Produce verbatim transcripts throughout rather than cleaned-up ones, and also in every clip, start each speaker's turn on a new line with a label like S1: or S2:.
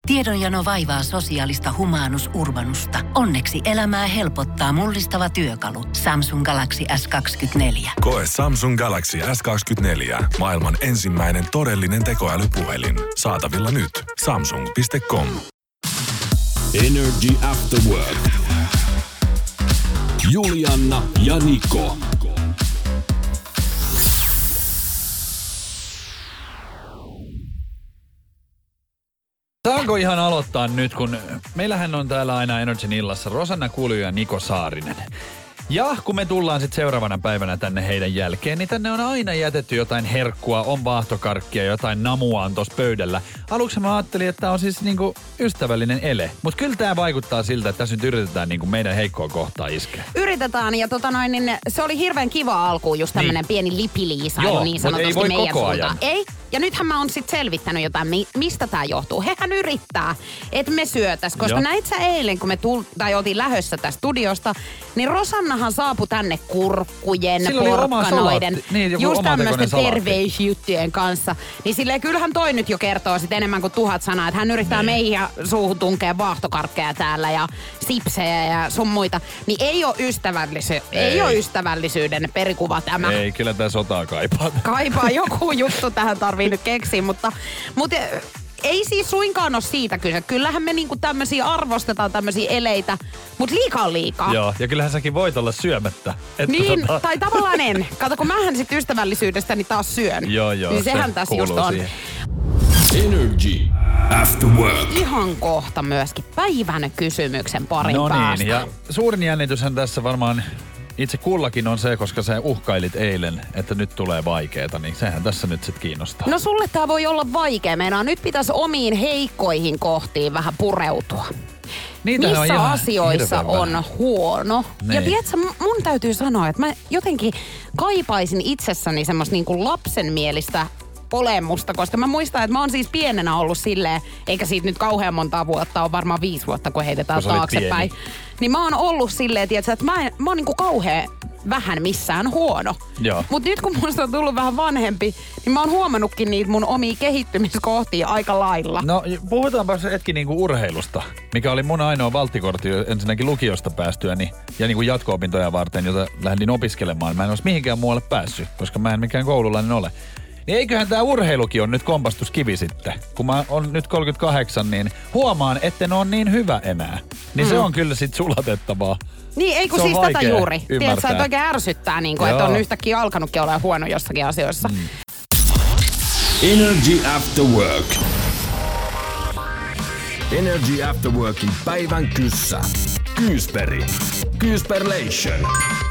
S1: Tiedonjano vaivaa sosiaalista humanus urbanusta. Onneksi elämää helpottaa mullistava työkalu. Samsung Galaxy S kaksikymmentäneljä.
S2: Koe Samsung Galaxy S kaksikymmentäneljä. Maailman ensimmäinen todellinen tekoälypuhelin. Saatavilla nyt. Samsung piste com.
S3: Energy After Work. Julianna ja Niko.
S4: Saanko ihan aloittaa nyt, kun meillähän on täällä aina Energyn illassa Rosanna Kulju ja Niko Saarinen. Ja kun me tullaan sitten seuraavana päivänä tänne heidän jälkeen, niin tänne on aina jätetty jotain herkkua, on vaahtokarkkia, jotain namua on tossa pöydällä. Aluksi mä ajattelin, että tää on siis niinku ystävällinen ele. Mutta kyllä tää vaikuttaa siltä, että tässä nyt yritetään niinku meidän heikkoa kohtaa iskeä.
S5: Yritetään, ja tota noin, niin se oli hirveän kiva alkuun just tämmönen niin. pieni lipiliisailu
S4: Joo,
S5: niin sanotusti
S4: ei voi
S5: meidän
S4: koko
S5: suuntaan.
S4: ajan.
S5: Ei, ja nythän mä oon sit selvittänyt jotain, mistä tää johtuu. Hehän yrittää, että me syötäis, koska Joo. näit sä eilen, kun me tul- tai oltiin lähössä tästä studiosta, niin Rosannahan saapui tänne kurkkujen, porkkanoiden,
S4: niin,
S5: just tämmöisten terveysjuttujen kanssa. Niin silleen kyllähän toi nyt jo kertoo sit enemmän kuin tuhat sanaa, että hän yrittää niin. meihin suuhun tunkea vaahtokarkkeja täällä ja sipsejä ja sun muita. Niin ei ole ystävällisy- ei. ei ole ystävällisyyden perikuva tämä.
S4: Ei, kyllä tää sotaa kaipaa.
S5: Kaipaa joku juttu tähän tarvii nyt keksiä, mutta, mutta ei siis suinkaan ole siitä kyse. Kyllähän me niinku tämmösiä arvostetaan, tämmösiä eleitä, mutta liikaa on liikaa.
S4: Joo, ja kyllähän säkin voit olla syömättä. Että
S5: niin,
S4: tota...
S5: tai tavallaan en. Kato, kun mähän sit ystävällisyydestäni taas syön.
S4: Joo, joo.
S5: Niin sehän
S4: se
S5: tässä just on.
S3: Siihen. Energy After Work.
S5: Ihan kohta myöskin päivän kysymyksen parin
S4: no
S5: päästä.
S4: niin, ja suurin jännityshän tässä varmaan itse kullakin on se, koska sä uhkailit eilen, että nyt tulee vaikeeta, niin sehän tässä nyt sit kiinnostaa.
S5: No sulle tää voi olla vaikea. Meidän nyt pitäisi omiin heikkoihin kohtiin vähän pureutua.
S4: Niitähän
S5: Missä
S4: on
S5: asioissa on huono.
S4: Niin.
S5: Ja tiedätkö, mun täytyy sanoa, että mä jotenkin kaipaisin itsessäni semmoista niinku lapsenmielistä olemusta, koska mä muistan, että mä oon siis pienenä ollut silleen, eikä siitä nyt kauhean montaa vuotta, on varmaan viisi vuotta, kun heitetään kun taaksepäin. Niin mä oon ollut silleen, tiedätkö, että mä, en, mä oon niinku kauhean vähän missään huono. Mutta nyt kun musta on tullut vähän vanhempi, niin mä oon huomannutkin niitä mun omia kehittymiskohtia aika lailla.
S4: No puhutaanpa se hetki niinku urheilusta, mikä oli mun ainoa valttikortti ensinnäkin lukiosta päästyäni ja niinku jatko-opintoja varten, jota lähdin opiskelemaan. Mä en olisi mihinkään muualle päässyt, koska mä en mikään koululainen ole. Niin eiköhän tää urheilukin on nyt kompastuskivi sitten. Kun mä oon nyt kolmekymmentäkahdeksan, niin huomaan, etten ole niin hyvä enää. Niin mm. se on kyllä sit sulatettavaa.
S5: Niin, ei kun siis tätä juuri. Tiedätkö, että oikein ärsyttää, niin kuin, että on yhtäkkiä alkanutkin olla huono jossakin asioissa. Mm.
S3: Energy After Work. Energy After Workin päivän kyssä. Kyysperi. Kyysperlation.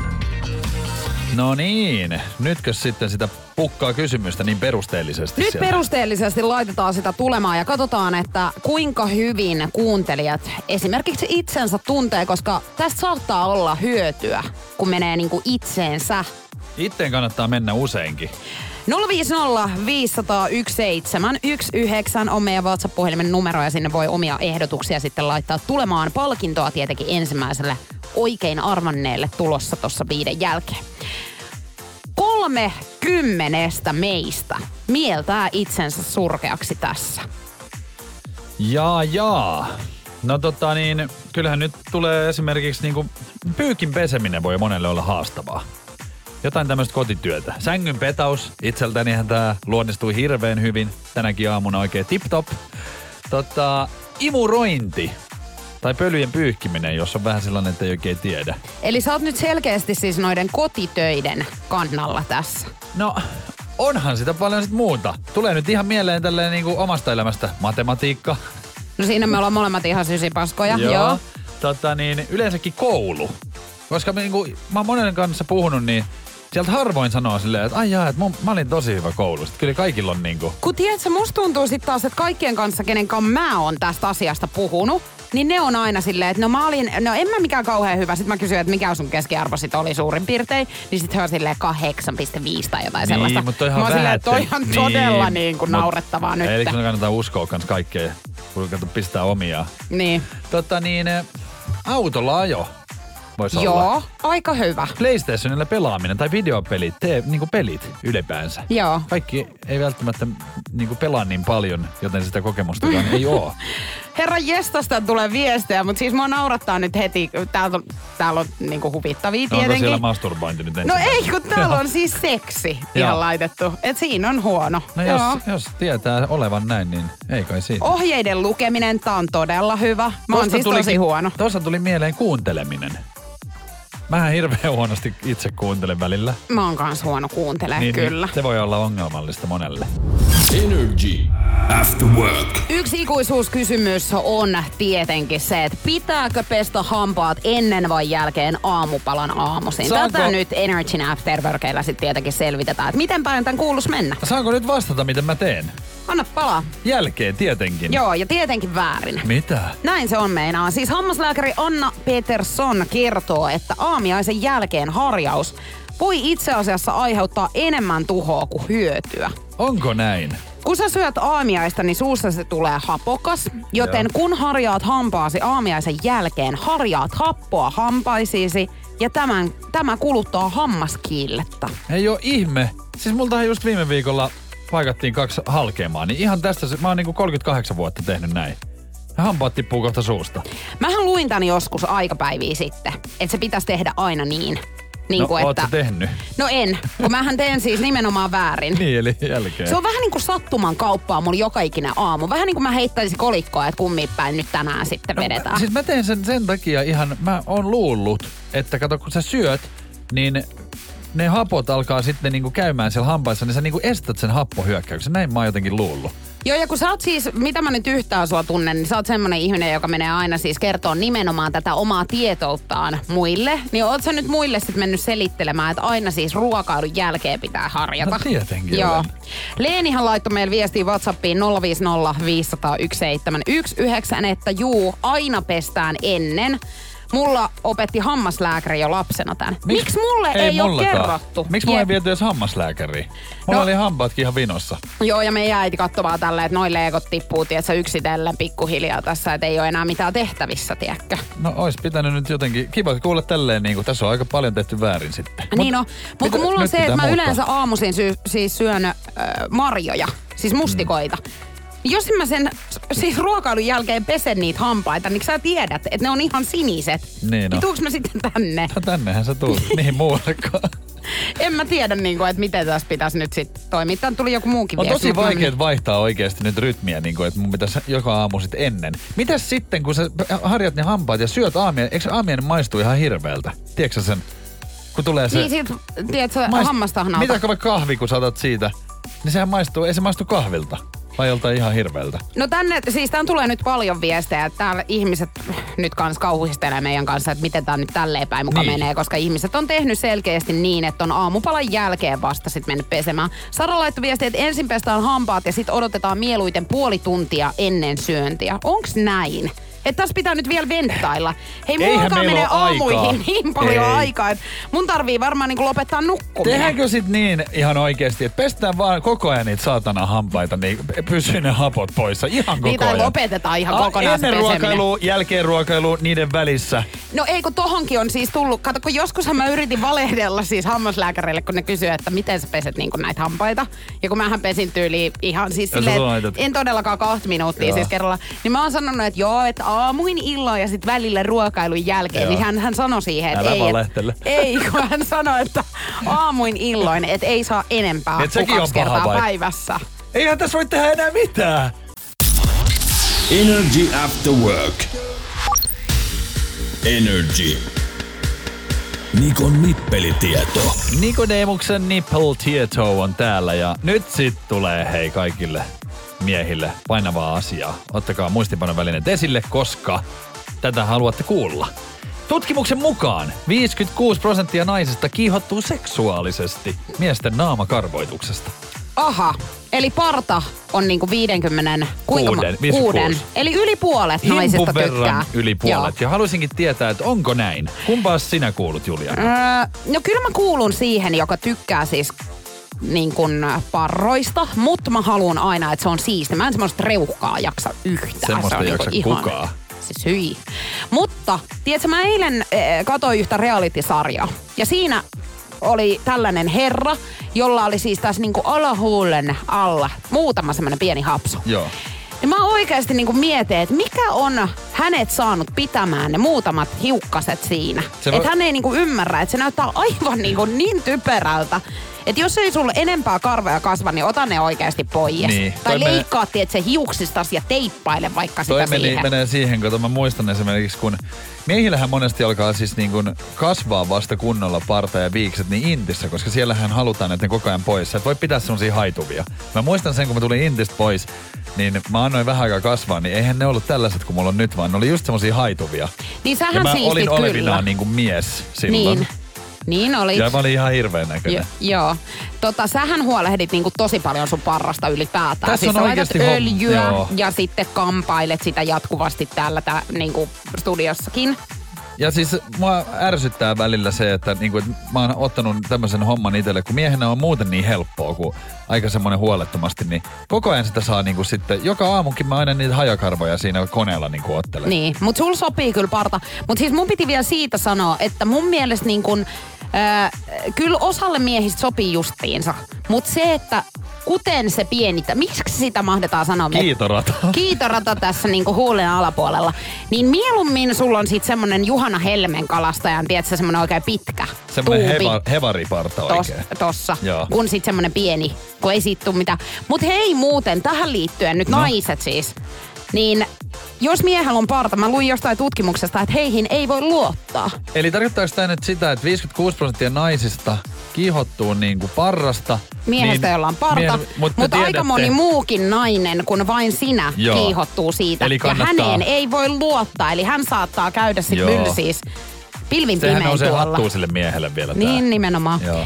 S4: No niin, nytkö sitten sitä pukkaa kysymystä niin perusteellisesti
S5: Nyt
S4: sieltä?
S5: perusteellisesti laitetaan sitä tulemaan ja katsotaan, että kuinka hyvin kuuntelijat esimerkiksi itsensä tuntee, koska tästä saattaa olla hyötyä, kun menee niinku itseensä.
S4: Itteen kannattaa mennä useinkin.
S5: nolla viisi nolla viisi nolla nolla yksi seitsemän yksi yhdeksän on meidän WhatsApp-puhelimen numero ja sinne voi omia ehdotuksia sitten laittaa tulemaan. Palkintoa tietenkin ensimmäiselle oikein arvanneelle tulossa tuossa viiden jälkeen. Kolme kymmenestä meistä mieltää itsensä surkeaksi tässä.
S4: Jaa, jaa. No tota niin, kyllähän nyt tulee esimerkiksi niinku, pyykin peseminen voi monelle olla haastavaa. Jotain tämmöistä kotityötä. Sängyn petaus. Itseltänihän tää luonnistui hirveän hyvin. Tänäkin aamuna oikein tip-top. Tota, imurointi. Tai pölyjen pyyhkiminen, jos on vähän sellainen, että ei oikein tiedä.
S5: Eli sä oot nyt selkeästi siis noiden kotitöiden kannalla tässä.
S4: No, onhan sitä paljon sit muuta. Tulee nyt ihan mieleen tälleen niinku omasta elämästä matematiikka.
S5: No siinä me ollaan molemmat ihan sysipaskoja.
S4: Joo.
S5: Joo.
S4: Tota niin, yleensäkin koulu. Koska mä, niinku, mä oon monen kanssa puhunut, niin sieltä harvoin sanoo silleen, että ai jaa, että mun, mä olin tosi hyvä koulussa. Kyllä kaikilla on niinku...
S5: Kun tiedätkö, musta tuntuu sit taas, että kaikkien kanssa, kenen kanssa mä oon tästä asiasta puhunut, niin ne on aina silleen, että no mä olin, no en mä mikään kauhean hyvä. Sitten mä kysyin, että mikä sun keskiarvo sit oli suurin piirtein. Niin sit he on silleen kahdeksan pilkku viisi tai jotain
S4: niin,
S5: sellaista.
S4: Mutta toihan
S5: mä oon silleen, toi on
S4: niin,
S5: todella niin kuin naurettavaa nyt.
S4: Eli kun kannattaa uskoa kans kaikkea, kun pistää omia.
S5: Niin.
S4: Totta niin, autolla ajo voisi
S5: Joo.
S4: olla.
S5: Aika hyvä.
S4: PlayStationilla pelaaminen tai videopelit, tee, niinku pelit ylipäänsä.
S5: Joo.
S4: Kaikki ei välttämättä niinku pelaa niin paljon, joten sitä kokemustakaan ei oo.
S5: Herra jestasta tulee viestejä, mutta siis mua naurattaa nyt heti. Täällä on, täällä on niinku huvittavia
S4: No
S5: tietenkin.
S4: onko siellä masturbointi nyt
S5: No
S4: ensimmäisenä?
S5: ei, kun täällä on siis seksi ihan laitettu. Et siinä on huono.
S4: No jos, jos tietää olevan näin, niin ei kai siitä.
S5: Ohjeiden lukeminen, tää on todella hyvä. Mä oon siis tosi huono.
S4: Tuossa tuli mieleen kuunteleminen. Mähän hirveän huonosti itse kuuntelen välillä.
S5: Mä oon kans huono kuuntelemaan,
S4: Niin,
S5: kyllä.
S4: Niin, se voi olla ongelmallista monelle.
S3: Energy After Work.
S5: Yksi ikuisuuskysymys on tietenkin se, että pitääkö pestä hampaat ennen vai jälkeen aamupalan aamuisin?
S4: Saanko...
S5: Tätä nyt Energyn Afterworkilla sitten tietenkin selvitetään, että miten päin tämän kuuluisi mennä.
S4: Saanko nyt vastata, miten mä teen?
S5: Anna palaa.
S4: Jälkeen tietenkin.
S5: Joo, ja tietenkin väärin.
S4: Mitä?
S5: Näin se on meinaa. Siis hammaslääkäri Anna Peterson kertoo, että aamiaisen jälkeen harjaus voi itse asiassa aiheuttaa enemmän tuhoa kuin hyötyä.
S4: Onko näin?
S5: Kun sä syöt aamiaista, niin suussa se tulee hapokas, joten
S4: Joo.
S5: kun harjaat hampaasi aamiaisen jälkeen, harjaat happoa hampaisiisi ja tämän, tämä kuluttaa hammaskiilletta.
S4: Ei oo ihme. Siis multahan just viime viikolla paikattiin kaksi halkeamaa, niin ihan tästä, mä oon niinku kolmekymmentäkahdeksan vuotta tehnyt näin. Ja hampaat tippuu kohta suusta.
S5: Mähän luin tän joskus aikapäiviä sitten, että se pitäisi tehdä aina niin. Niin
S4: no,
S5: kuin,
S4: oot
S5: että...
S4: sä tehnyt?
S5: No en, kun mähän teen siis nimenomaan väärin.
S4: Niin, eli jälkeen.
S5: Se on vähän niin kuin sattuman kauppaa mulla joka ikinen aamu. Vähän niin kuin mä heittäisin kolikkoa, että kummin päin nyt tänään sitten
S4: no,
S5: vedetään.
S4: Mä, siis mä teen sen sen takia ihan, mä oon luullut, että kato kun sä syöt, niin ne hapot alkaa sitten niinku käymään siellä hampaissa, niin sä niinku estät sen happohyökkäyksen. Näin mä oon jotenkin luullut.
S5: Joo, ja kun sä oot siis, mitä mä nyt yhtään sua tunnen, niin sä oot semmonen ihminen, joka menee aina siis kertoo nimenomaan tätä omaa tietouttaan muille. Niin oot sä nyt muille sit mennyt selittelemään, että aina siis ruokailun jälkeen pitää harjata.
S4: No tietenkin
S5: Joo.
S4: olen.
S5: Leenihan laittoi meille viestiä WhatsAppiin nolla viisi nolla viisi nolla nolla yksi seitsemän yksi yhdeksän, että juu, aina pestään ennen. Mulla opetti hammaslääkäri jo lapsena tän.
S4: Miks,
S5: Miksi mulle ei, ei ole kerrottu?
S4: Miksi mulla ei
S5: Jep.
S4: viety edes hammaslääkäriin? Mulla
S5: No.
S4: oli hampaatkin ihan vinossa.
S5: Joo, ja meidän äiti katsomaan tälleen, että noi leekot tippuu, tietsä, yksitellen pikkuhiljaa tässä, että ei ole enää mitään tehtävissä, tiedätkö?
S4: No ois pitänyt nyt jotenkin, kiva kuulla tälleen, niin kuin tässä on aika paljon tehty väärin sitten.
S5: Niin no, mutta kun mulla on
S4: nyt
S5: se, että
S4: pitää
S5: mä
S4: muuttaa.
S5: yleensä aamuisin sy- siis syön äh, marjoja, siis mustikoita. Mm. Jos mä sen siis ruokailun jälkeen pesen niitä hampaita, niin sä tiedät, että ne on ihan siniset.
S4: Niin no.
S5: Niin tuuks mä sitten tänne?
S4: No tännehän sä tuut, mihin muuallekaan.
S5: En mä tiedä, niin kuin, että miten tässä pitäisi nyt sitten toimia. Tän tuli joku muukin
S4: On
S5: viesti.
S4: tosi
S5: mutta mä
S4: vaikea
S5: menin-
S4: vaihtaa oikeasti nyt rytmiä, niin kuin, että mun pitäisi joka aamu sitten ennen. Mitäs sitten, kun sä harjat ne hampaat ja syöt aamia, eikö se aamiainen maistu ihan hirveältä? Tiedätkö sä sen, kun tulee se...
S5: Niin sit, tiedätkö,
S4: maist-
S5: hammastahnalta.
S4: Mitä vaikka kahvi, kun saatat siitä, niin sehän maistuu, ei se maistu kahvilta. Vai joltain ihan hirveältä.
S5: No tänne, siis tän tulee nyt paljon viestejä, että täällä ihmiset nyt kans kauhistelee meidän kanssa, että miten tää nyt tälleen päin muka
S4: Niin.
S5: menee, koska ihmiset on tehnyt selkeästi niin, että on aamupalan jälkeen vasta sit mennyt pesemään. Sara laittoi viestiä, että ensin pestään hampaat ja sit odotetaan mieluiten puoli tuntia ennen syöntiä. Onks näin? Että tässä pitää nyt vielä venttailla. Hei, mulla
S4: Eihän
S5: alkaa
S4: meillä
S5: menee
S4: ole
S5: aamuihin
S4: aikaa.
S5: niin paljon
S4: Ei.
S5: aikaa, että mun tarvii varmaan niinku lopettaa nukkuminen.
S4: Tehdäänkö sit niin ihan oikeesti, että pestään vaan koko ajan niitä saatana hampaita, niin pysyy ne hapot poissa ihan koko
S5: Niitä
S4: ajan.
S5: lopetetaan ihan
S4: Ah,
S5: kokonaan se
S4: ennen
S5: peseminen.
S4: ruokailua, jälkeen ruokailua, niiden välissä.
S5: No ei, kun tohonkin on siis tullut, kato kun joskushan mä yritin valehdella siis hammaslääkärille, kun ne kysyy, että miten sä peset niin näitä hampaita. Ja kun mähän pesin tyyliin ihan siis
S4: Ja sä
S5: silleen,
S4: laitat.
S5: en todellakaan kahta minuuttia
S4: Joo.
S5: siis kerralla. Niin mä oon sanonut, että joo, että aamuin illoin ja sitten välillä ruokailun jälkeen.
S4: Joo.
S5: Niin hän, hän sanoi siihen, että
S4: Älä
S5: ei,
S4: valehtele.
S5: et, ei, kun hän sanoi, että aamuin illoin, että ei saa enempää
S4: Et
S5: kuin
S4: sekin on
S5: kaksi
S4: paha
S5: kertaa
S4: vai?
S5: päivässä.
S4: Eihän tässä voi tehdä enää mitään.
S3: Energy After Work. Energy. Nikon nippelitieto.
S4: Nikodemuksen nipple-tieto on täällä ja nyt sit tulee hei kaikille miehille painavaa asiaa. Ottakaa muistiinpanovälineet esille, koska tätä haluatte kuulla. Tutkimuksen mukaan viisikymmentäkuusi prosenttia naisista kiihottuu seksuaalisesti miesten naamakarvoituksesta.
S5: Aha, eli parta on niinku viisikymmentä, kuinka
S4: Kuuden,
S5: mo-
S4: viisikymmentäkuusi.
S5: kuuden. Eli yli puolet naisista
S4: Himpun
S5: tykkää.
S4: verran yli
S5: Joo.
S4: puolet. Ja haluaisinkin tietää, että onko näin. Kumpaas sinä kuulut, Julia?
S5: Öö, no kyllä mä kuulun siihen, joka tykkää siis niin kuin parroista, mutta mä haluan aina, että se on siisti. Mä en semmoista reuhkaa jaksa yhtään.
S4: Semmoista
S5: se on
S4: jaksa
S5: niinku
S4: kukaan.
S5: Siis hyi. Mutta, tiedätkö, mä eilen äh, katsoin yhtä reality-sarjaa. Ja siinä oli tällainen herra, jolla oli siis tässä niinku alahuulen alla muutama semmoinen pieni hapsu.
S4: Joo.
S5: Ja mä oikeasti niinku mietin, että mikä on hänet saanut pitämään ne muutamat hiukkaset siinä.
S4: Se
S5: Että
S4: va-
S5: hän ei niinku ymmärrä, että se näyttää aivan niinku niin typerältä. Että jos ei sulla enempää karvoja kasva, niin ota ne oikeasti pois.
S4: Niin.
S5: Tai
S4: Toi
S5: leikkaa, menee... että se hiuksistas ja teippaile vaikka
S4: Toi
S5: sitä
S4: meni,
S5: siihen.
S4: menee siihen, kun mä muistan esimerkiksi, kun miehillähän monesti alkaa siis niin kuin kasvaa vasta kunnolla parta ja viikset niin Intissä, koska siellähän halutaan, että ne koko ajan pois. Sä et voi pitää semmosia haituvia. Mä muistan sen, kun mä tulin Intistä pois, niin mä annoin vähän aikaa kasvaa, niin eihän ne ollut tällaiset kuin mulla on nyt, vaan ne oli just semmosia haituvia.
S5: Niin sähän
S4: ja mä
S5: siistit
S4: olin
S5: kyllä.
S4: olevinaan niin kuin mies silloin.
S5: Niin. Niin oli.
S4: Ja mä olin ihan hirveän näköinen.
S5: Jo, joo. Tota, sähän huolehdit niinku tosi paljon sun parrasta ylipäätään.
S4: Tässä
S5: siis
S4: on
S5: sä laitat
S4: oikeasti hom-
S5: öljyä
S4: joo.
S5: ja sitten kampailet sitä jatkuvasti täällä tää, niinku studiossakin.
S4: Ja siis mua ärsyttää välillä se, että, niinku, että mä oon ottanut tämmöisen homman itselle, kun miehenä on muuten niin helppoa kuin aika semmoinen huolettomasti, niin koko ajan sitä saa niinku sitten, joka aamukin mä aina niitä hajakarvoja siinä koneella niinku ottelen.
S5: Niin, mut sul sopii kyllä parta. Mut siis mun piti vielä siitä sanoa, että mun mielestä niin kun, äh, kyllä osalle miehistä sopii justiinsa. Mut se, että kuten se pienitä, miksi sitä mahdetaan sanoa?
S4: Kiitorata.
S5: Kiitorata tässä niinku huulen alapuolella. Niin mieluummin sulla on sit semmonen Juhana Helmen kalastajan, tiedätkö, semmonen oikein pitkä
S4: Semmoinen
S5: tuubi.
S4: heva, hevariparta
S5: Tos,
S4: oikein.
S5: tossa,
S4: Joo.
S5: kun sit semmonen pieni, kun ei siitä tuu mitään. Mut hei muuten, tähän liittyen nyt
S4: No.
S5: naiset siis, niin jos miehellä on parta, mä luin jostain tutkimuksesta, että heihin ei voi luottaa.
S4: Eli tarkoittaako tämä nyt sitä, että viisikymmentäkuusi prosenttia naisista kiihottuu niinku parrasta?
S5: Miehestä,
S4: niin,
S5: jolla on parta,
S4: mie-
S5: mutta
S4: te
S5: aika
S4: tiedätte-
S5: moni muukin nainen kuin vain sinä
S4: Joo.
S5: kiihottuu siitä.
S4: Eli
S5: ja
S4: kannattaa-
S5: häneen ei voi luottaa, eli hän saattaa käydä sit
S4: Joo.
S5: myllysiis pilvin
S4: Sehän
S5: pimein
S4: on se
S5: tuolla.
S4: hattuu sille miehelle vielä tää.
S5: Niin nimenomaan.
S4: Joo.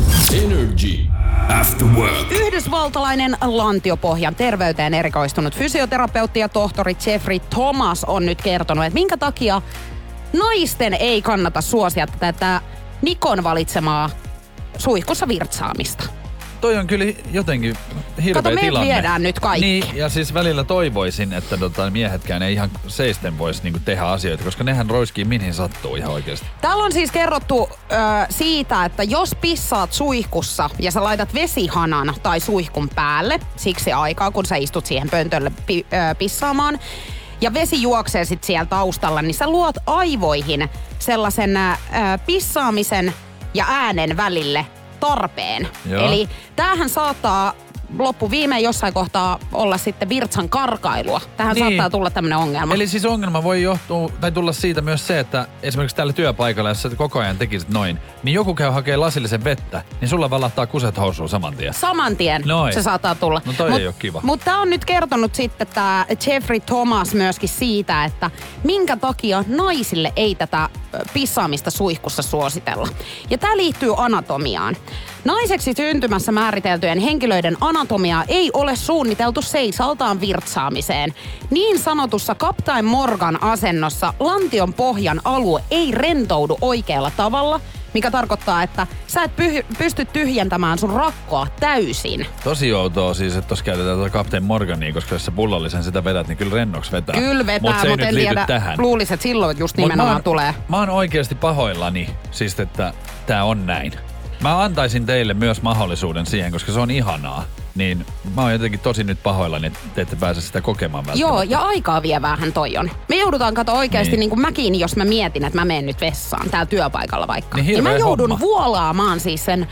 S3: Energy After Work.
S5: Yhdysvaltalainen lantiopohjan terveyteen erikoistunut fysioterapeutti ja tohtori Jeffrey Thomas on nyt kertonut, että minkä takia naisten ei kannata suosia tätä Nikon valitsemaa suihkussa virtsaamista.
S4: Toi on kyllä jotenkin hirveä
S5: Kato, me
S4: tilanne.
S5: viedään nyt kaikki.
S4: Niin, ja siis välillä toivoisin, että tota, miehetkään ei ihan seisten voisi niinku tehdä asioita, koska nehän roiskii mihin sattuu ihan oikeasti.
S5: Täällä on siis kerrottu ö, siitä, että jos pissaat suihkussa ja sä laitat vesihanan tai suihkun päälle siksi aikaa, kun sä istut siihen pöntölle pi, ö, pissaamaan, ja vesi juoksee sit siellä taustalla, niin sä luot aivoihin sellaisen ö, pissaamisen ja äänen välille tarpeen.
S4: Joo.
S5: Eli tämähän saattaa loppuviimein jossain kohtaa olla sitten virtsan karkailua. Tähän
S4: Niin.
S5: saattaa tulla tämmöinen ongelma.
S4: Eli siis ongelma voi johtua, tai tulla siitä myös se, että esimerkiksi tällä työpaikalla, jos sä koko ajan tekisit noin, niin joku käy hakee lasillisen vettä, niin sulla valahtaa kuset housuun saman tien.
S5: Saman tien
S4: Noin.
S5: se saattaa tulla.
S4: No toi ei oo kiva.
S5: Mutta tää on nyt kertonut sitten tää Jeffrey Thomas myöskin siitä, että minkä takia naisille ei tätä ö, pissaamista suihkussa suositella. Ja tää liittyy anatomiaan. Naiseksi syntymässä määriteltyjen henkilöiden anatomiaa ei ole suunniteltu seisaltaan virtsaamiseen. Niin sanotussa Captain Morgan asennossa lantion pohjan alue ei rentoudu oikealla tavalla, mikä tarkoittaa, että sä et py- pysty tyhjentämään sun rakkoa täysin.
S4: Tosi outoa siis, että tossa käytetään tuota Captain Morgania, koska jos sä pullollisen sitä vedät, niin kyllä rennoksi vetää.
S5: Kyllä vetää,
S4: Mut se ei
S5: mutta
S4: nyt
S5: en
S4: liity
S5: tiedä.
S4: tähän.
S5: Luulisin, että silloin just
S4: Mut
S5: nimenomaan
S4: mä oon,
S5: tulee.
S4: Mä oon oikeasti pahoillani, siis että tää on näin. Mä antaisin teille myös mahdollisuuden siihen, koska se on ihanaa. Niin mä oon jotenkin tosi nyt pahoillani, että te ette pääse sitä kokemaan välttämättä.
S5: Joo, ja aikaa vieväähän toi on. Me joudutaan kato oikeasti,
S4: Niin.
S5: niin. kuin mäkin, jos mä mietin, että mä menen nyt vessaan täällä työpaikalla vaikka.
S4: Niin
S5: ja mä
S4: hirveä
S5: joudun
S4: homma.
S5: vuolaamaan siis sen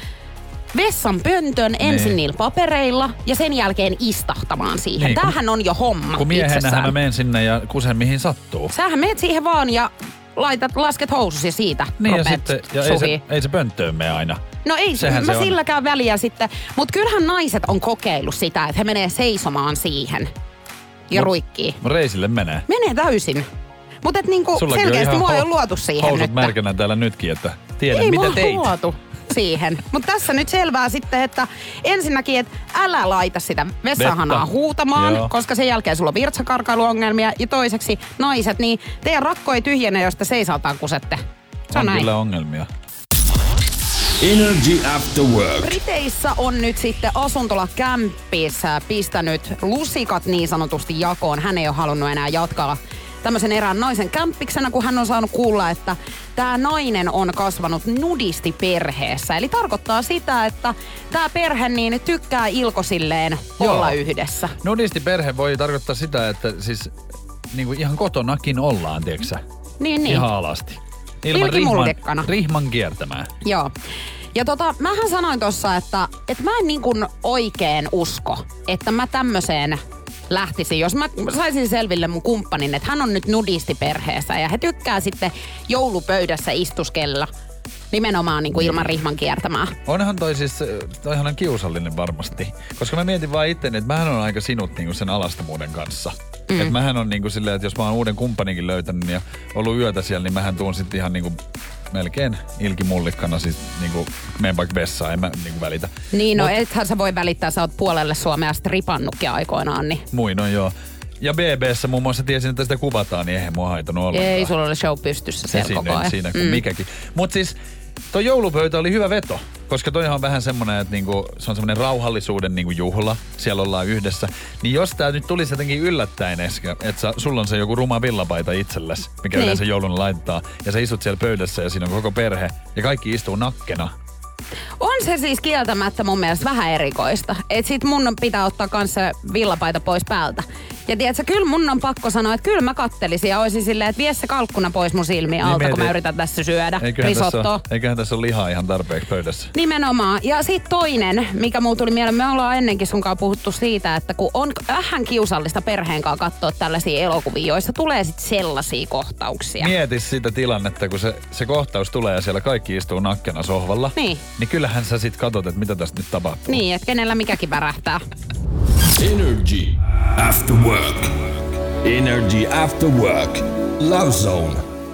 S5: vessan pöntön ensin
S4: Niin.
S5: niillä papereilla ja sen jälkeen istahtamaan siihen.
S4: Niin, kun-
S5: Tämähän on jo homma
S4: Kun miehenähän
S5: itsessään.
S4: mä menen sinne ja kusen mihin sattuu.
S5: Sähän meet siihen vaan ja laitat, lasket housus ja siitä
S4: Niin ja
S5: rupeat
S4: sitten, ja ei
S5: suhii.
S4: se, ei se pönttöön mene aina.
S5: No ei,
S4: Sehän
S5: mä
S4: se on.
S5: silläkään väliä sitten. Mutta kyllähän naiset on kokeillut sitä, että he menee seisomaan siihen ja
S4: Mut-
S5: ruikkii.
S4: Reisille menee.
S5: Menee täysin. Mutta niinku
S4: Sullakin
S5: selkeästi
S4: ihan
S5: mua ei
S4: ho-
S5: ole luotu siihen
S4: housut
S5: nyt.
S4: märkänä täällä nytkin, että tiedän
S5: Ei
S4: mitä
S5: mua
S4: teit.
S5: luotu siihen. Mutta tässä nyt selvää sitten, että ensinnäkin, että älä laita sitä vessahanaa
S4: Vettä.
S5: huutamaan,
S4: Joo.
S5: koska sen jälkeen sulla on virtsakarkailuongelmia. Ja toiseksi, naiset, niin teidän rakko ei tyhjene, jos te seisaltaan kusette. Se on
S4: On
S5: näin.
S4: kyllä ongelmia.
S3: Energy After Work.
S5: Briteissä on nyt sitten Asuntola Kämppis pistänyt lusikat niin sanotusti jakoon. Hän ei ole halunnut enää jatkaa tämmöisen erään naisen kämppiksenä, kun hän on saanut kuulla, että tämä nainen on kasvanut nudistiperheessä. Eli tarkoittaa sitä, että tämä perhe niin tykkää ilkosilleen olla
S4: Joo.
S5: yhdessä.
S4: Nudistiperhe voi tarkoittaa sitä, että siis niinku ihan kotonakin ollaan, tiiäksä?
S5: Niin, niin.
S4: Ihan alasti. Ilman
S5: Ilkimullikkana.
S4: rihman, rihman kiertämään.
S5: Joo. Ja tota, mähän sanoin tossa, että, että mä en niin kuin oikein usko, että mä tämmöiseen lähtisin. Jos mä saisin selville mun kumppanin, että hän on nyt nudistiperheessä ja he tykkää sitten joulupöydässä istuskella nimenomaan niin kuin ilman rihman kiertämää.
S4: Onhan toi siis, toihan on kiusallinen varmasti. Koska mä mietin vaan itteni, että mähän on aika sinut niinku sen alastomuuden kanssa. Mm. Että mähän on niinku silleen, että jos mä oon uuden kumppaninkin löytänyt ja ollut yötä siellä, niin mähän tuun sitten ihan niinku melkein ilkimullikkana siis niinku menen vaikka vessaan, en mä niinku välitä.
S5: Niin, no
S4: Mut,
S5: ethän sä voi välittää, sä oot puolelle Suomea stripannutkin aikoinaan, niin
S4: muinoin joo. Ja B B:ssä muun muassa tiesin, että sitä kuvataan, niin eihän mua haitanut ollenkaan.
S5: ei sulla ole show pystyssä siellä
S4: siinä,
S5: koko ajan.
S4: Siinä kuin mm. mikäkin. Mut siis toi joulupöytä oli hyvä veto, koska toihan on vähän semmonen, että niinku, se on semmonen rauhallisuuden niinku juhla. Siellä ollaan yhdessä. Niin jos tää nyt tulisi jotenkin yllättäen, että sä, sulla on se joku ruma villapaita itsellesi, mikä
S5: niin.
S4: yleensä jouluna laittaa, ja sä istut siellä pöydässä ja siinä on koko perhe, ja kaikki istuu nakkena.
S5: On se siis kieltämättä mun mielestä vähän erikoista. Et sit mun pitää ottaa kanssa villapaita pois päältä. Ja tiedätkö, kyllä mun on pakko sanoa, että kyllä mä kattelisin ja olisin silleen, että vie se kalkkuna pois mun silmiin alta, niin kun mä yritän tässä syödä
S4: eiköhän
S5: risottoa.
S4: Tässä ole, eiköhän tässä ole lihaa ihan tarpeeksi pöydässä.
S5: Nimenomaan. Ja sit toinen, mikä muu tuli mieleen, me ollaan ennenkin sunkaan puhuttu siitä, että kun on vähän kiusallista perheen kanssa katsoa tällaisia elokuvia, joissa tulee sit sellaisia kohtauksia.
S4: Mieti sitä tilannetta, kun se, se kohtaus tulee ja siellä kaikki istuu nakkena sohvalla.
S5: Niin.
S4: Niin kyllähän sä sit katot, että mitä tästä nyt tapahtuu.
S5: Niin, että kenellä mikäkin värähtää.
S3: Energy After Work. Energy After Work. Love Zone.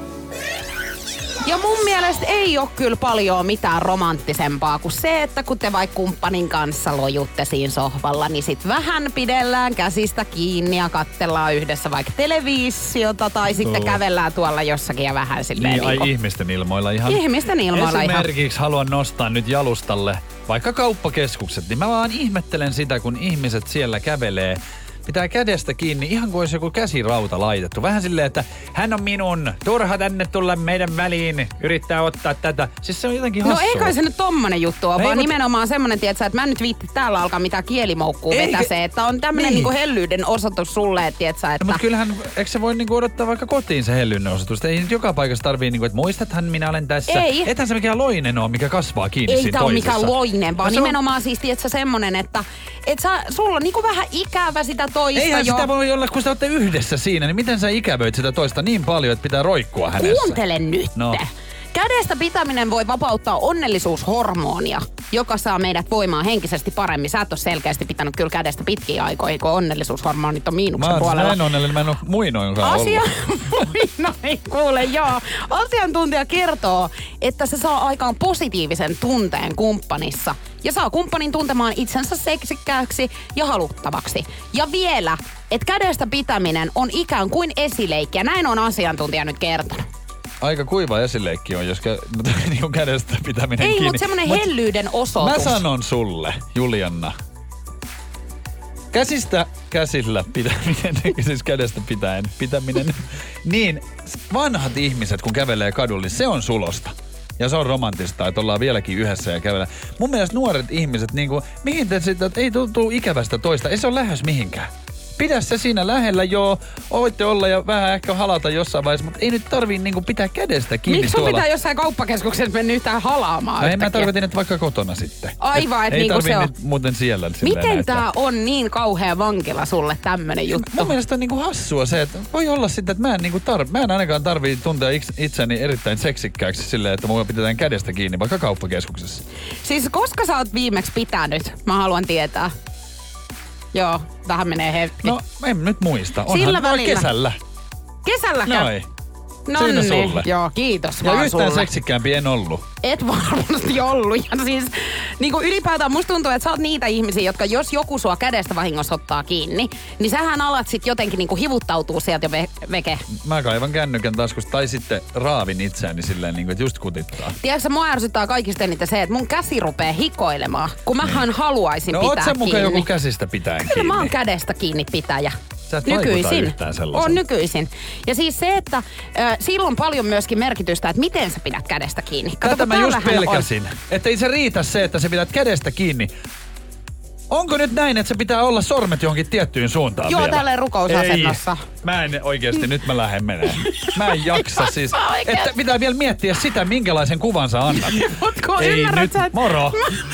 S5: Ja mun mielestä ei ole kyllä paljon mitään romanttisempaa kuin se, että kun te vaikka kumppanin kanssa lojutte siinä sohvalla, niin sit vähän pidellään käsistä kiinni ja katsellaan yhdessä vaikka televisiota tai sitten
S4: Tuo.
S5: kävellään tuolla jossakin ja vähän silleen
S4: Niin, ai
S5: niinku-
S4: ihmisten ilmoilla ihan.
S5: Ihmisten ilmoilla ihan.
S4: Esimerkiksi haluan nostaa nyt jalustalle vaikka kauppakeskukset, niin mä vaan ihmettelen sitä, kun ihmiset siellä kävelee. Pitää kädestä kiinni, ihan kuin olisi joku käsirauta laitettu. Vähän silleen, että hän on minun, turha tänne tulla meidän väliin, yrittää ottaa tätä. Siis se on jotenkin hassua.
S5: No ei kai se nyt tommonen juttu ole,
S4: Ei,
S5: vaan
S4: mut-
S5: nimenomaan semmonen, tietsä, että mä en nyt viitti täällä alkaa mitään kielimoukkuu
S4: Eikä-
S5: vetäsee, että on tämmönen
S4: Niin.
S5: niinku hellyyden osoitus sulle, että tietsä, että...
S4: No, mutta kyllähän, eikö se voi niinku odottaa vaikka kotiin se hellyyden osoitus? Ei nyt joka paikassa tarvii, niinku, että muistathan minä olen tässä.
S5: Ei.
S4: Ethän se mikään loinen ole, mikä kasvaa kiinni
S5: Ei
S4: siinä
S5: tää ole
S4: toisessa.
S5: mikään loinen, vaan
S4: No se on-
S5: nimenomaan siis, tietsä, semmonen, että et sä, sulla on niinku vähän ikävä sitä toista
S4: Eihän
S5: jo.
S4: sitä voi olla, kun te olette yhdessä siinä, niin miten sä ikävöit sitä toista niin paljon, että pitää roikkua hänessä?
S5: Kuuntele nyt.
S4: No.
S5: Kädestä pitäminen voi vapauttaa onnellisuushormonia, joka saa meidät voimaan henkisesti paremmin. Sä et ole selkeästi pitänyt kyllä kädestä pitkiä aikoihin, kun onnellisuushormonit on miinuksen
S4: Mä oon
S5: puolella.
S4: näin onnellinen, mä en ole muinoinkaan
S5: Asia...
S4: ollut.
S5: Muinoin, kuule, joo. Asiantuntija kertoo, että se saa aikaan positiivisen tunteen kumppanissa ja saa kumppanin tuntemaan itsensä seksikkääksi ja haluttavaksi. Ja vielä, että kädestä pitäminen on ikään kuin esileikki, ja näin on asiantuntija nyt kertonut.
S4: Aika kuiva esileikki on, jos kä- niin kädestä pitäminen
S5: Ei,
S4: kiinni.
S5: mutta semmoinen
S4: Mut
S5: hellyyden osoitus.
S4: Mä sanon sulle, Julianna. Käsistä käsillä pitäminen, siis kädestä pitäen pitäminen, niin vanhat ihmiset, kun kävelee kadulla, niin se on sulosta. Ja se on romantista, että ollaan vieläkin yhdessä ja kävellä. Mun mielestä nuoret ihmiset, niin kuin, mihin te sitten, että ei tuntuu ikävästä toista, ei se ole lähes mihinkään. Pidä se siinä lähellä, joo. Voitte olla ja vähän ehkä halata jossain vaiheessa, mutta ei nyt tarvii niinku pitää kädestä kiinni
S5: Miksi sun
S4: tuolla.
S5: pitää jossain kauppakeskuksessa mennä yhtään halaamaan
S4: No, en mä
S5: yhtäkkiä?
S4: tarkoitin, että vaikka kotona sitten.
S5: Aivan, et
S4: ei
S5: niinku
S4: tarvii
S5: se on.
S4: nyt muuten siellä. silleen
S5: Miten
S4: näistä.
S5: tää on niin kauhea vankila sulle tämmönen juttu?
S4: Mun mielestä on niinku hassua se, että voi olla sitten, että mä en, niinku tar- mä en ainakaan tarvii tuntea iks- itseni erittäin seksikkääksi silleen, että mua pidetään kädestä kiinni vaikka kauppakeskuksessa.
S5: Siis koska sä oot viimeksi pitänyt? Mä haluan tietää. Joo, tähän menee hetki.
S4: No, en nyt muista. Onhan
S5: Sillä
S4: no,
S5: välillä.
S4: kesällä.
S5: Kesälläkään?
S4: Noin.
S5: No
S4: Siinä
S5: niin.
S4: sulle.
S5: Joo, kiitos
S4: Ja
S5: vaan
S4: yhtään
S5: sulle.
S4: seksikkäämpi en ollut.
S5: Et varmasti ollut. Ja siis niin kuin ylipäätään musta tuntuu, että sä oot niitä ihmisiä, jotka jos joku sua kädestä vahingossa ottaa kiinni, niin sähän alat sit jotenkin niin kuin hivuttautuu sieltä jo ve- veke.
S4: Mä kaivan kännykän taskusta tai sitten raavin itseäni silleen, niin kuin, että just kutittaa.
S5: Tiedätkö, mua ärsyttää kaikista eniten se, että mun käsi rupee hikoilemaan, kun mähän haluaisin
S4: No
S5: pitää
S4: oot sä mukaan
S5: kiinni.
S4: joku käsistä pitäen
S5: Kyllä
S4: kiinni?
S5: mä oon kädestä kiinni pitäjä.
S4: Sä et vaikuta
S5: Nykyisin.
S4: yhtään sellaisen.
S5: On nykyisin. Ja siis se, että äh, sillä on paljon myöskin merkitystä, että miten sä pidät kädestä kiinni. Kato,
S4: Tätä mä just
S5: täällähän
S4: pelkäsin. On... Että ei se riitä se, että sä pidät kädestä kiinni. Onko nyt näin, että se pitää olla sormet johonkin tiettyyn suuntaan
S5: Joo,
S4: vielä?
S5: tälleen rukousasennossa.
S4: Ei. Mä en oikeesti, nyt mä lähden menee. Mä en jaksa siis. Että pitää vielä miettiä sitä, minkälaisen kuvan sä annat.
S5: Mutko
S4: ei
S5: ymmärrät
S4: nyt,
S5: sä, et...
S4: moro.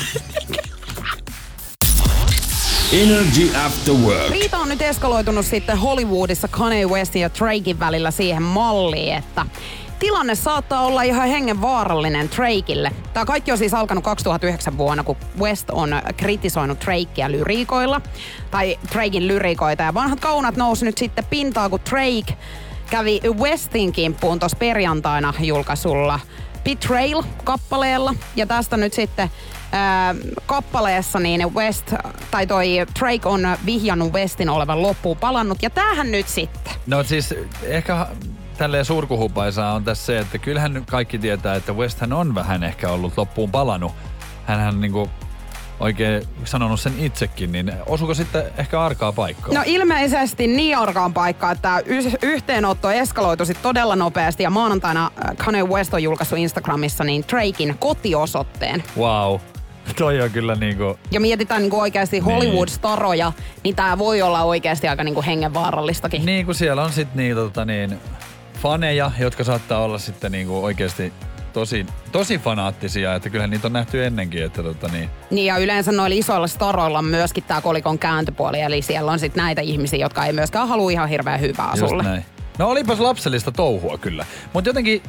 S3: Energy After Work.
S5: Riita on nyt eskaloitunut sitten Hollywoodissa Kanye Westin ja Draken välillä siihen malliin, että tilanne saattaa olla ihan hengenvaarallinen Drakelle. Tämä kaikki on siis alkanut kaksituhattayhdeksän vuonna, kun West on kritisoinut Drakea lyriikoilla, tai Draken lyriikoita. Ja vanhat kaunat nousi nyt sitten pintaan, kun Drake kävi Westin kimppuun tuossa perjantaina julkaisulla Betrayal-kappaleella. Ja tästä nyt sitten ää, kappaleessa niin West, tai toi Drake on vihjannut Westin olevan loppuun palannut. Ja tämähän nyt sitten.
S4: No siis ehkä... Tälleen surkuhupaisaa on tässä se, että kyllähän nyt kaikki tietää, että West hän on vähän ehkä ollut loppuun palannut. Hänhän niinku oikein sanonut sen itsekin, niin osuuko sitten ehkä arkaa paikkaa?
S5: No ilmeisesti niin arkaan paikkaa, että y- yhteenotto eskaloitui sit todella nopeasti ja maanantaina Kanye West on julkaissut Instagramissa niin Draken kotiosoitteen.
S4: Wow. Toi on kyllä niinku...
S5: Ja mietitään niinku oikeasti Hollywood-staroja, niin tää voi olla oikeasti aika niinku hengenvaarallistakin.
S4: Niin kuin siellä on sit niin, tota niin, faneja, jotka saattaa olla sitten niinku oikeasti tosi, tosi fanaattisia, että kyllähän niitä on nähty ennenkin, että tota niin.
S5: Niin ja yleensä noilla isoilla staroilla on myöskin tää kolikon kääntöpuoli, eli siellä on sit näitä ihmisiä, jotka ei myöskään halua ihan hirveän hyvää
S4: Just
S5: sulle.
S4: Näin. No olipas lapsellista touhua kyllä, mutta jotenkin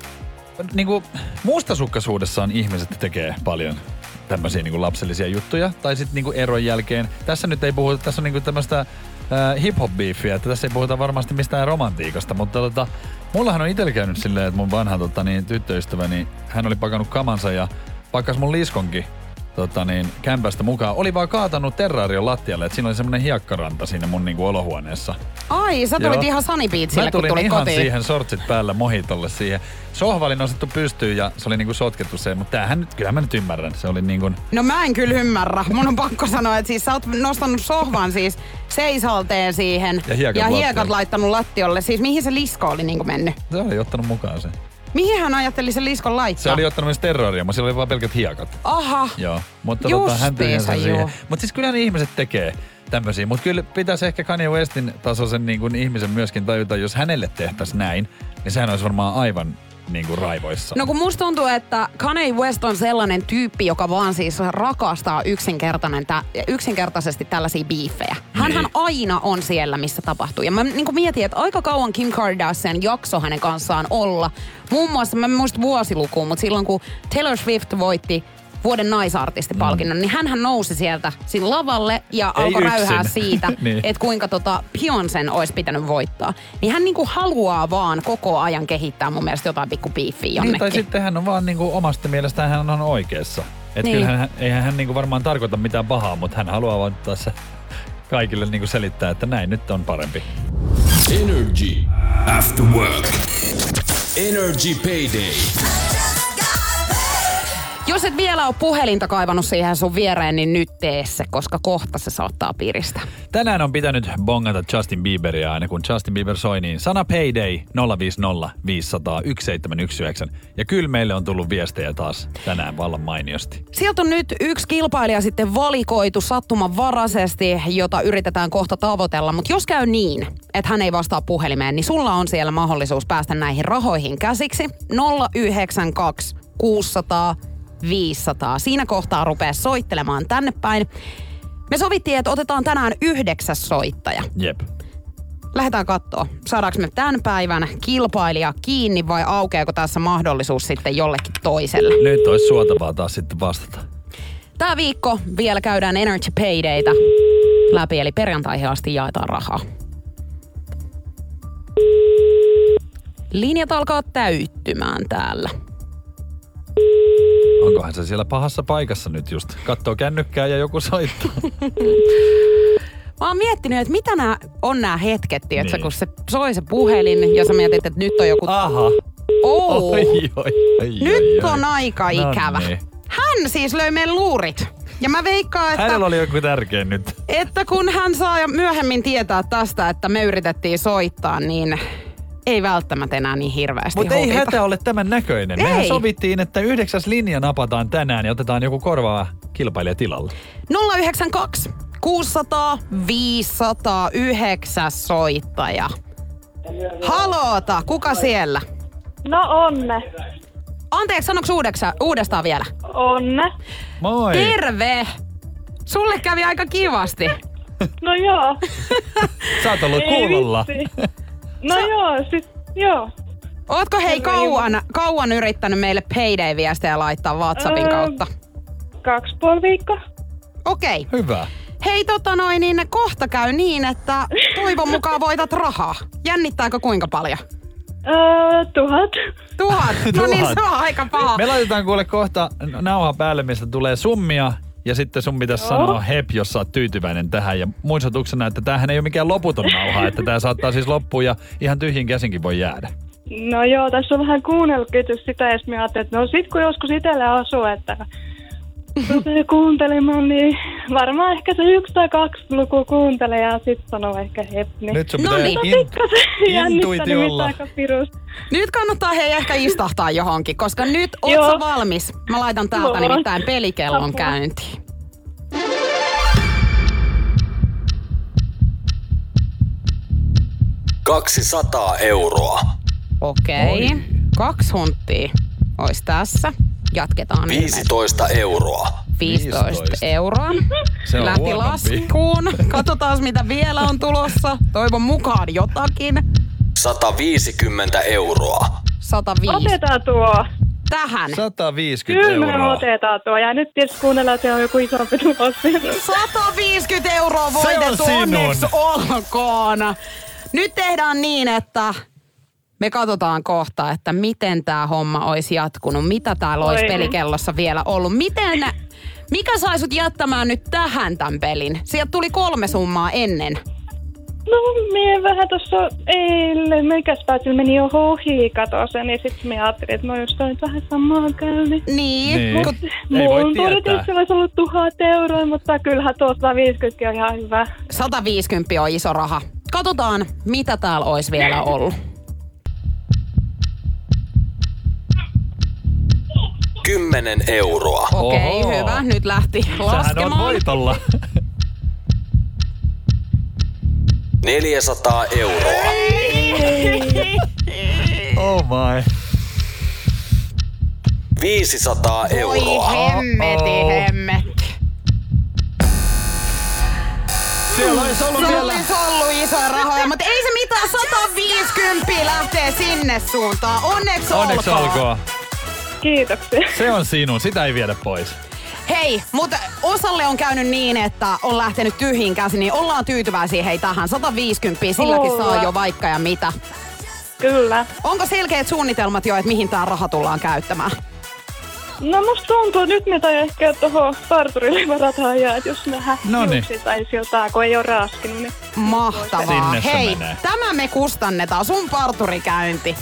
S4: niinku mustasukkaisuudessaan ihmiset tekee paljon tämmöisiä niinku lapsellisia juttuja, tai sitten niinku eron jälkeen. Tässä nyt ei puhuta, tässä on niinku tämmöistä äh, hip-hop-beefiä, että tässä ei puhuta varmasti mistään romantiikasta, mutta tota, mullahan on itsellä käynyt silleen, että mun vanha tota, niin, tyttöystäväni, hän oli pakannut kamansa ja pakkas mun liskonkin tota, niin, kämpästä mukaan. Oli vaan kaatanut terraarion lattialle, että siinä oli semmonen hiekkaranta siinä mun niinku olohuoneessa.
S5: Ai, sä tulit
S4: Joo.
S5: ihan Sunny Beachille, kun tulit
S4: ihan
S5: kotiin.
S4: siihen sortsit päällä mohitolle siihen. Sohva oli nostettu pystyyn ja se oli niinku sotkettu se, mutta tämähän nyt, kyllä mä nyt ymmärrän. Se oli niinku...
S5: No mä en kyllä ymmärrä. Mun on pakko sanoa, että siis sä oot nostanut sohvan siis seisalteen siihen.
S4: Ja hiekat
S5: ja hiekat
S4: lattialle.
S5: laittanut lattiolle. Siis mihin se lisko oli niinku mennyt?
S4: Se oli ottanut mukaan sen.
S5: Mihin hän ajatteli sen liskon laittaa?
S4: Se oli ottanut myös terroria, mutta siellä oli vaan pelkät hiekat.
S5: Aha.
S4: Joo, mutta tota, hän tyhjensä
S5: Justiinsa,
S4: siihen.
S5: joo.
S4: Mutta siis kyllä ne ihmiset tekee tämmöisiä. Mutta kyllä pitäisi ehkä Kanye Westin tasoisen niin kuin ihmisen myöskin tajuta, jos hänelle tehtäisiin näin, niin sehän olisi varmaan aivan niin kuin raivoissa.
S5: No kun musta tuntuu, että Kanye West on sellainen tyyppi, joka vaan siis rakastaa yksinkertainen tä- yksinkertaisesti tällaisia biifejä. Hänhän
S4: Niin.
S5: aina on siellä, missä tapahtuu. Ja mä niin kuin mietin, että aika kauan Kim Kardashian jakso hänen kanssaan olla. Muun muassa, mä en muista vuosilukuun, mutta silloin kun Taylor Swift voitti vuoden naisartistipalkinnon, mm. niin hänhän nousi sieltä sinne lavalle ja
S4: Ei
S5: alkoi
S4: yksin.
S5: räyhää siitä,
S4: Niin.
S5: että kuinka tota Beyoncén olisi pitänyt voittaa. Niin hän niinku haluaa vaan koko ajan kehittää mun mielestä jotain pikku biiffiä jonnekin.
S4: Niin, tai sitten hän on vaan niin kuin omasta mielestään hän on oikeassa. Että
S5: Niin.
S4: kyllähän eihän hän niin kuin varmaan tarkoita mitään pahaa, mutta hän haluaa vaan tässä kaikille niin kuin selittää, että näin nyt on parempi.
S3: Energy After Work. Energy Payday.
S5: Jos et vielä ole puhelinta kaivannut siihen sun viereen, niin nyt tee se, koska kohta se saattaa piristä.
S4: Tänään on pitänyt bongata Justin Bieberia aina, kun Justin Bieber soi, niin sana Payday nolla viisi nolla viisi nolla nolla yksi seitsemän yksi yhdeksän. Ja kyllä meille on tullut viestejä taas tänään vallan mainiosti.
S5: Sieltä on nyt yksi kilpailija sitten valikoitu sattumanvaraisesti, jota yritetään kohta tavoitella. Mutta jos käy niin, että hän ei vastaa puhelimeen, niin sulla on siellä mahdollisuus päästä näihin rahoihin käsiksi. nolla yhdeksän kaksi kuusi nolla nolla viisisataa. Siinä kohtaa rupeaa soittelemaan tänne päin. Me sovittiin, että otetaan tänään yhdeksäs soittaja.
S4: Jep.
S5: Lähdetään katsoa, saadaanko me tämän päivän kilpailija kiinni vai aukeako tässä mahdollisuus sitten jollekin toiselle.
S4: Nyt olisi suotavaa taas sitten vastata.
S5: Tää viikko vielä käydään Energy Paydayta läpi, eli perjantaihin asti jaetaan rahaa. Linjat alkaa täyttymään täällä.
S4: Onkohan se siellä pahassa paikassa nyt just? Kattoo kännykkää ja joku soittaa.
S5: Mä oon miettinyt, että mitä nämä on nämä hetket, tietsä,
S4: Niin.
S5: kun se soi se puhelin ja sä mietit, että nyt on joku...
S4: Aha.
S5: Oh.
S4: Oi, oi, oi,
S5: Nyt
S4: oi,
S5: on aika
S4: No
S5: ikävä.
S4: niin.
S5: Hän siis löi meidän luurit. Ja mä veikkaan, että...
S4: Hänellä oli joku tärkein nyt.
S5: Että kun hän saa myöhemmin tietää tästä, että me yritettiin soittaa, niin ei välttämättä enää niin hirveästi
S4: Mutta ei
S5: huvita.
S4: hätä ole tämän näköinen.
S5: Ei.
S4: Mehän sovittiin, että yhdeksäs linja napataan tänään ja otetaan joku korvaava kilpailija tilalle.
S5: nolla yhdeksän kaksi kuusisataa viisisataa yhdeksän soittaja. Haloota, kuka siellä?
S6: No Onne.
S5: Anteeksi, sanoks uudeksa, uudestaan vielä?
S6: Onne.
S4: Moi!
S5: Terve! Sulle kävi aika kivasti.
S6: No joo.
S4: Sä oot ollut
S6: Ei
S4: kuulolla.
S6: vitsi. No joo, sit joo.
S5: Ootko hei
S6: Terve,
S5: kauan, kauan yrittänyt meille payday-viestejä laittaa WhatsAppin
S6: Öö,
S5: kautta?
S6: Kaksi puoli viikkoa.
S5: Okei.
S4: Hyvä.
S5: Hei tota noin, niin kohta käy niin, että toivon mukaan voitat rahaa. Jännittääkö kuinka paljon?
S6: Öö, tuhat.
S5: Tuhat. No niin,
S4: Tuhat.
S5: se on aika paha.
S4: Me laitetaan kuule kohta nauha päälle, mistä tulee summia. Ja sitten sun pitäisi sanoa hep, jos sä oot tyytyväinen tähän. Ja muistutuksena, että tämähän ei ole mikään loputon nauha, että tää saattaa siis loppua ja ihan tyhjin käsinkin voi jäädä.
S6: No joo, tässä on vähän kuunnellut sitä ja sitten mä ajattelin, että no sit kun joskus itselle asuu, että rupeaa kuuntelemaan, niin varmaan ehkä se yksi tai kaksi luku kuuntelee ja sit sanoo ehkä hep. Niin.
S4: Nyt sun
S5: No
S4: pitää
S5: niin.
S4: in- intuitiolla.
S6: aika pirus.
S5: Nyt kannattaa hei ehkä istahtaa johonkin, koska nyt oot
S6: Joo.
S5: sä valmis. Mä laitan täältä
S6: Joo.
S5: nimittäin pelikellon
S6: Apua.
S5: käyntiin.
S3: kaksisataa euroa.
S5: Okei.
S4: Oi.
S5: Kaksi hunttia ois tässä. Jatketaan.
S3: viisitoista euroa.
S5: viisitoista
S4: viisitoista.
S5: euroa.
S4: Se on
S5: Lähti
S4: huonompi.
S5: laskuun. Katsotaan mitä vielä on tulossa. Toivon mukaan jotakin.
S3: sata viisikymmentä euroa.
S5: sata viisi.
S6: Otetaan tuo.
S5: Tähän.
S4: sata viisikymmentä
S6: Kyllä me
S4: euroa.
S6: otetaan tuo. Ja nyt tietysti kuunnellaan, että se on joku isompi tulos.
S5: sata viisikymmentä euroa
S4: Se on
S5: voitettu,
S4: sinun.
S5: onneksi olkoon. Nyt tehdään niin, että me katsotaan kohta, että miten tämä homma olisi jatkunut. Mitä täällä olisi
S6: Oi.
S5: pelikellossa vielä ollut. Miten, mikä sai sut jättämään nyt tähän tämän pelin? Sieltä tuli kolme summaa ennen.
S6: No, mie vähän tuossa eilen, mikäs päätin, meni jo ohi katosen, niin sitten mä ajattelin, että no jos toi nyt vähän samaa käy, niin...
S5: Niin.
S4: Niin.
S5: Kun,
S4: Ei voi
S6: Mulla tuli
S4: tietää.
S6: tietysti olisi ollut tuhat euroa, mutta kyllähän tuo sata viisikymmentä on ihan hyvä.
S5: sata viisikymmentä on iso raha. Katsotaan, mitä täällä olisi vielä ollut.
S3: kymmenen euroa.
S5: Okei,
S4: Oho.
S5: hyvä. Nyt lähti
S4: Sähän on
S5: laskemaan.
S4: voitolla.
S3: neljäsataa euroa.
S4: Oh my.
S3: viisisataa
S5: Voi
S3: euroa.
S5: hemmeti,
S4: Oh-oh.
S5: hemmetti.
S4: Siellä olisi ollut
S5: Se
S4: vielä...
S5: olisi ollut isoja rahoja, mutta ei se mitään, sata viisikymmentä lähtee sinne suuntaan. Onneksi,
S4: Onneksi olkoon.
S6: Kiitoksia.
S4: Se on sinun, sitä ei viedä pois.
S5: Hei, mutta osalle on käynyt niin, että on lähtenyt tyhjin käsin, niin ollaan tyytyväisiä hei tähän. sata viisikymmentä, silläkin saa
S6: Ollaan.
S5: jo vaikka ja mitä.
S6: Kyllä.
S5: Onko selkeät suunnitelmat jo, että mihin tää raha tullaan käyttämään?
S6: No musta tuntuu, että nyt me tai ehkä tuohon parturille varataan ja että jos nähdään
S4: Noniin.
S6: tai jotain, kun ei ole raskinut, niin...
S5: Mahtavaa.
S4: Sinne se
S5: Hei,
S4: menee.
S5: tämä me kustannetaan, sun parturikäynti.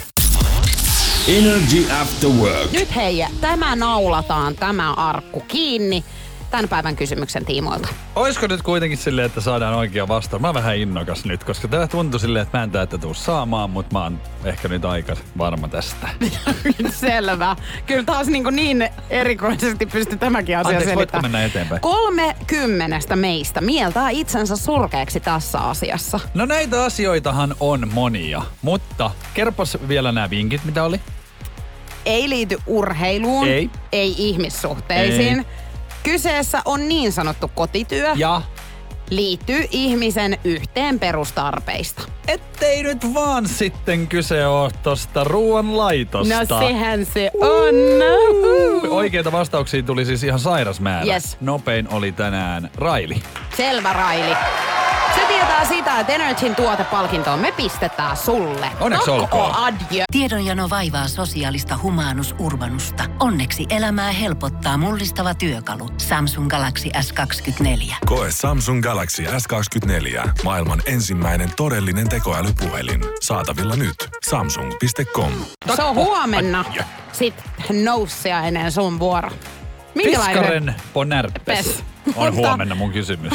S3: Energy After Work.
S5: Nyt hei, tämä naulataan, tämä arkku kiinni tämän päivän kysymyksen tiimoilta.
S4: Oisko nyt kuitenkin silleen, että saadaan oikea vastaus? Mä oon vähän innokas nyt, koska tää tuntuu silleen, että mä en täältä tuu saamaan, mutta mä oon ehkä nyt aika varma tästä.
S5: Selvä. Kyllä taas niin, niin erikoisesti pystyy tämäkin asia
S4: Anteeksi, voitko
S5: selittämään.
S4: mennä eteenpäin?
S5: Kolme kymmenestä meistä mieltää itsensä surkeaksi tässä asiassa.
S4: No näitä asioitahan on monia, mutta kerropas vielä nämä vinkit, mitä oli.
S5: Ei liity urheiluun,
S4: Ei.
S5: ei ihmissuhteisiin.
S4: Ei.
S5: Kyseessä on niin sanottu kotityö.
S4: Ja
S5: Liittyy ihmisen yhteen perustarpeista.
S4: ettei nyt vaan sitten kyse oo tosta ruoan laitosta.
S5: No sehän se on.
S4: Oikeita vastauksia tuli siis ihan sairas määrä.
S5: Yes.
S4: Nopein oli tänään Raili.
S5: Selvä, Raili. Se tietää sitä, että Energyn tuotepalkintoon me pistetään sulle.
S4: Onneksi
S5: Tokko
S4: olkoon.
S5: adjö.
S1: Tiedonjano vaivaa sosiaalista humanus urbanusta. Onneksi elämää helpottaa mullistava työkalu. Samsung Galaxy S kaksikymmentäneljä.
S2: Koe Samsung Galaxy S kaksikymmentäneljä. Maailman ensimmäinen todellinen tekoälypuhelin. Saatavilla nyt. samsung piste com.
S5: Se on huomenna. Sitten noussia ennen sun vuoro. Minkälainen?
S4: Piskaren po närppes.
S5: Pes.
S4: On
S5: Mutta-
S4: huomenna mun kysymys.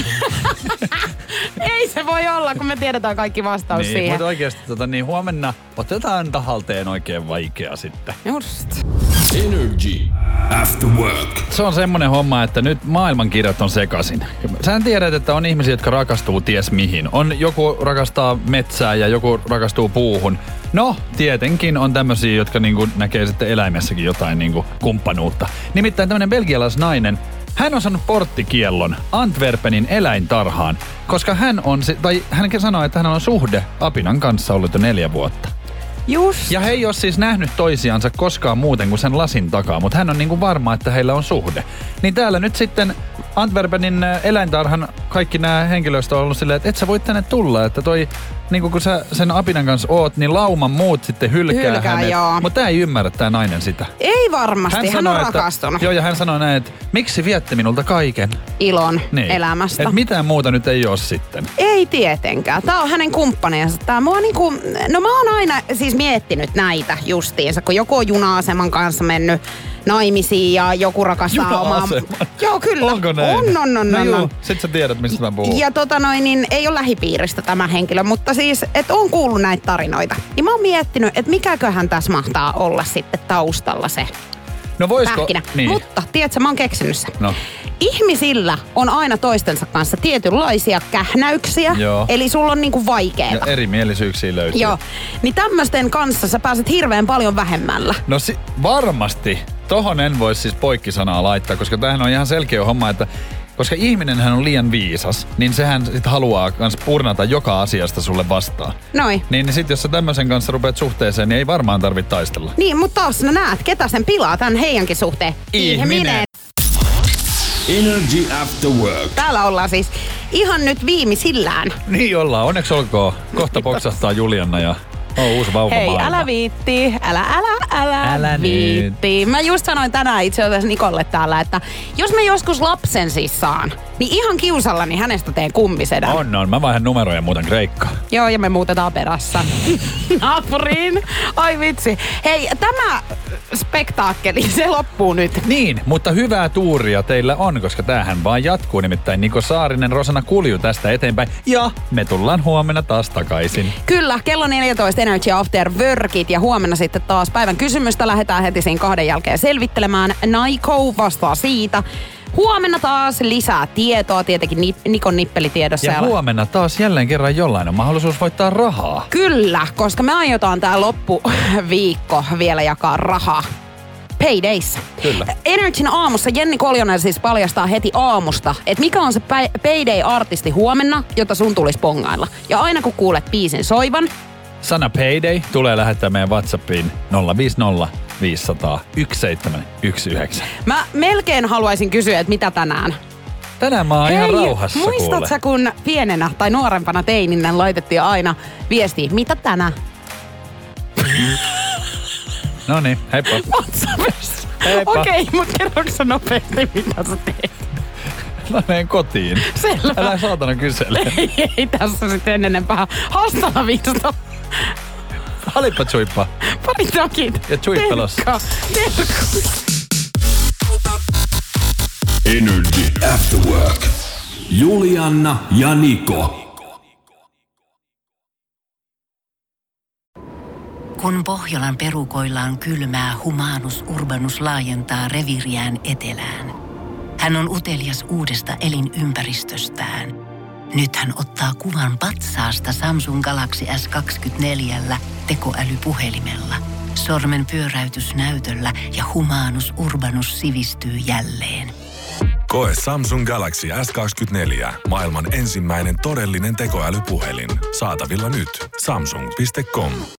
S5: Ei se voi olla, kun me tiedetään kaikki vastaus
S4: niin,
S5: siihen.
S4: mutta oikeasti tota, niin huomenna otetaan tahalteen oikein vaikea sitten.
S5: Just.
S3: Energy After Work.
S4: Se on semmonen homma, että nyt maailmankirjat on sekaisin. Sä tiedät, että on ihmisiä, jotka rakastuu ties mihin. On joku rakastaa metsää ja joku rakastuu puuhun. No, tietenkin on tämmöisiä, jotka niinku näkee sitten eläimessäkin jotain niinku kumppanuutta. Nimittäin tämmönen belgialaisnainen, hän on saanut porttikiellon Antwerpenin eläintarhaan, koska hän on, se, tai hän sanoi, että hän on suhde apinan kanssa ollut jo neljä vuotta.
S5: Just.
S4: Ja he ei ole siis nähnyt toisiansa koskaan muuten kuin sen lasin takaa, mutta hän on niinku varma, että heillä on suhde. Niin täällä nyt sitten Antwerpenin eläintarhan kaikki nämä henkilöstö on ollut silleen, että et sä voit tänne tulla, että toi, niinku kun sä sen apinan kanssa oot, niin lauman muut sitten hylkää,
S5: Hylkää,
S4: hänet.
S5: joo.
S4: Mutta tää ei ymmärrä tää nainen sitä.
S5: Ei varmasti, hän, hän
S4: sanoi,
S5: on
S4: että,
S5: rakastunut
S4: Joo, ja hän sanoi näin, että miksi viette minulta kaiken?
S5: ilon
S4: Niin.
S5: elämästä.
S4: Et mitään muuta nyt ei oo sitten.
S5: Ei tietenkään. Tää on hänen kumppaninsa. Tää mua niinku, no mä oon aina siis miettinyt näitä justiinsa, kun joku on juna-aseman kanssa mennyt naimisiin ja joku rakastaa omaa...
S4: Juna-aseman?
S5: Joo, kyllä.
S4: Onko näin?
S5: On, on, on,
S4: no
S5: on,
S4: juu,
S5: on.
S4: sit sä tiedät, mistä mä puhun.
S5: Ja tota noin, niin ei ole lähipiiristä tämä henkilö, mutta siis, että on kuullut näitä tarinoita. Ja mä oon miettinyt, että mikäköhän tässä mahtaa olla sitten taustalla se
S4: No voisko...
S5: pähkinä.
S4: Niin.
S5: Mutta, tiedätkö, mä oon keksinyt sen.
S4: No.
S5: Ihmisillä on aina toistensa kanssa tietynlaisia kähnäyksiä,
S4: Joo.
S5: eli sulla on niinku vaikeeta.
S4: Ja erimielisyyksiä löytyy.
S5: Joo, niin tämmöisten kanssa sä pääset hirveän paljon vähemmällä.
S4: No si- varmasti. Tohon en voi siis poikkisanaa laittaa, koska tämähän on ihan selkeä homma, että koska ihminenhän on liian viisas, niin sehän sit haluaa kans purnata joka asiasta sulle vastaan.
S5: Noin.
S4: Niin sit jos sä tämmöisen kanssa rupeat suhteeseen, niin ei varmaan tarvitse taistella.
S5: Niin, mutta taas sä näet, ketä sen pilaa tämän heidänkin suhteen.
S4: Ihminen.
S3: Energy After Work.
S5: Täällä ollaan siis ihan nyt viimeisillään.
S4: Niin ollaan. Onneksi olkoon. Kohta poksahtaa Julianna ja on uusi vauva
S5: Hei,
S4: maailma.
S5: älä viitti, älä, älä, älä,
S4: Älä
S5: viitti. Mä just sanoin tänään itse asiassa Nikolle täällä, että jos mä joskus lapsen siis saan, niin ihan kiusallani hänestä teen kummisedän.
S4: On, on. Mä vaihan numeroja muuten Kreikkaan.
S5: Joo, ja me muutetaan perässä. Naapuriin. Ai vitsi. Hei, tämä spektaakkeli, se loppuu nyt.
S4: Niin, mutta hyvää tuuria teillä on, koska tämähän vaan jatkuu. Nimittäin Niko Saarinen, Rosanna Kulju tästä eteenpäin. Ja me tullaan huomenna taas takaisin.
S5: Kyllä, kello neljätoista Energy After Workit ja huomenna sitten taas päivän kysymystä lähdetään heti siinä kahden jälkeen selvittelemään. Naiko vastaa siitä. Huomenna taas lisää tietoa, tietenkin Ni- Nikon nippelitiedossa.
S4: Ja huomenna taas jälleen kerran jollain on mahdollisuus voittaa rahaa.
S5: Kyllä, koska me aiotaan tää loppuviikko vielä jakaa rahaa. Paydays.
S4: Kyllä.
S5: Energyn aamussa Jenni Koljonen siis paljastaa heti aamusta, että mikä on se pay- Payday-artisti huomenna, jota sun tulisi pongailla. Ja aina kun kuulet biisin soivan,
S4: Sana Payday tulee lähettää meidän WhatsAppiin nolla viisi nolla viisi nolla nolla yksi seitsemän yksi yhdeksän.
S5: mä melkein haluaisin kysyä, että mitä tänään.
S4: Tänään mä oon ihan rauhassa,
S5: muistatko
S4: kuule.
S5: sä, kun pienenä tai nuorempana teininä laitettiin aina viestiä, mitä tänään?
S4: No niin, heippa.
S5: WhatsAppissa.
S4: Heippa.
S5: Okei, okay, mutta kerroksä sä nopeasti, mitä sä teet?
S4: Mä menen kotiin.
S5: Selvä.
S4: Älä saatana kysele.
S5: ei, ei tässä sitten enempää. Hastava viisto.
S4: Halippa tsuippa.
S5: Pari takit.
S4: Ja tsuippelos.
S5: Terkka. Terkku.
S3: Energy After Work. Julianna ja Niko.
S1: Kun Pohjolan perukoillaan kylmää, Humanus Urbanus laajentaa reviriään etelään. Hän on utelias uudesta elinympäristöstään. Nyt hän ottaa kuvan patsaasta Samsung Galaxy S kaksikymmentäneljä tekoälypuhelimella. Sormen pyöräytys näytöllä ja Humanus Urbanus sivistyy jälleen.
S2: Koe Samsung Galaxy S kaksikymmentäneljä. Maailman ensimmäinen todellinen tekoälypuhelin. Saatavilla nyt. Samsung piste com.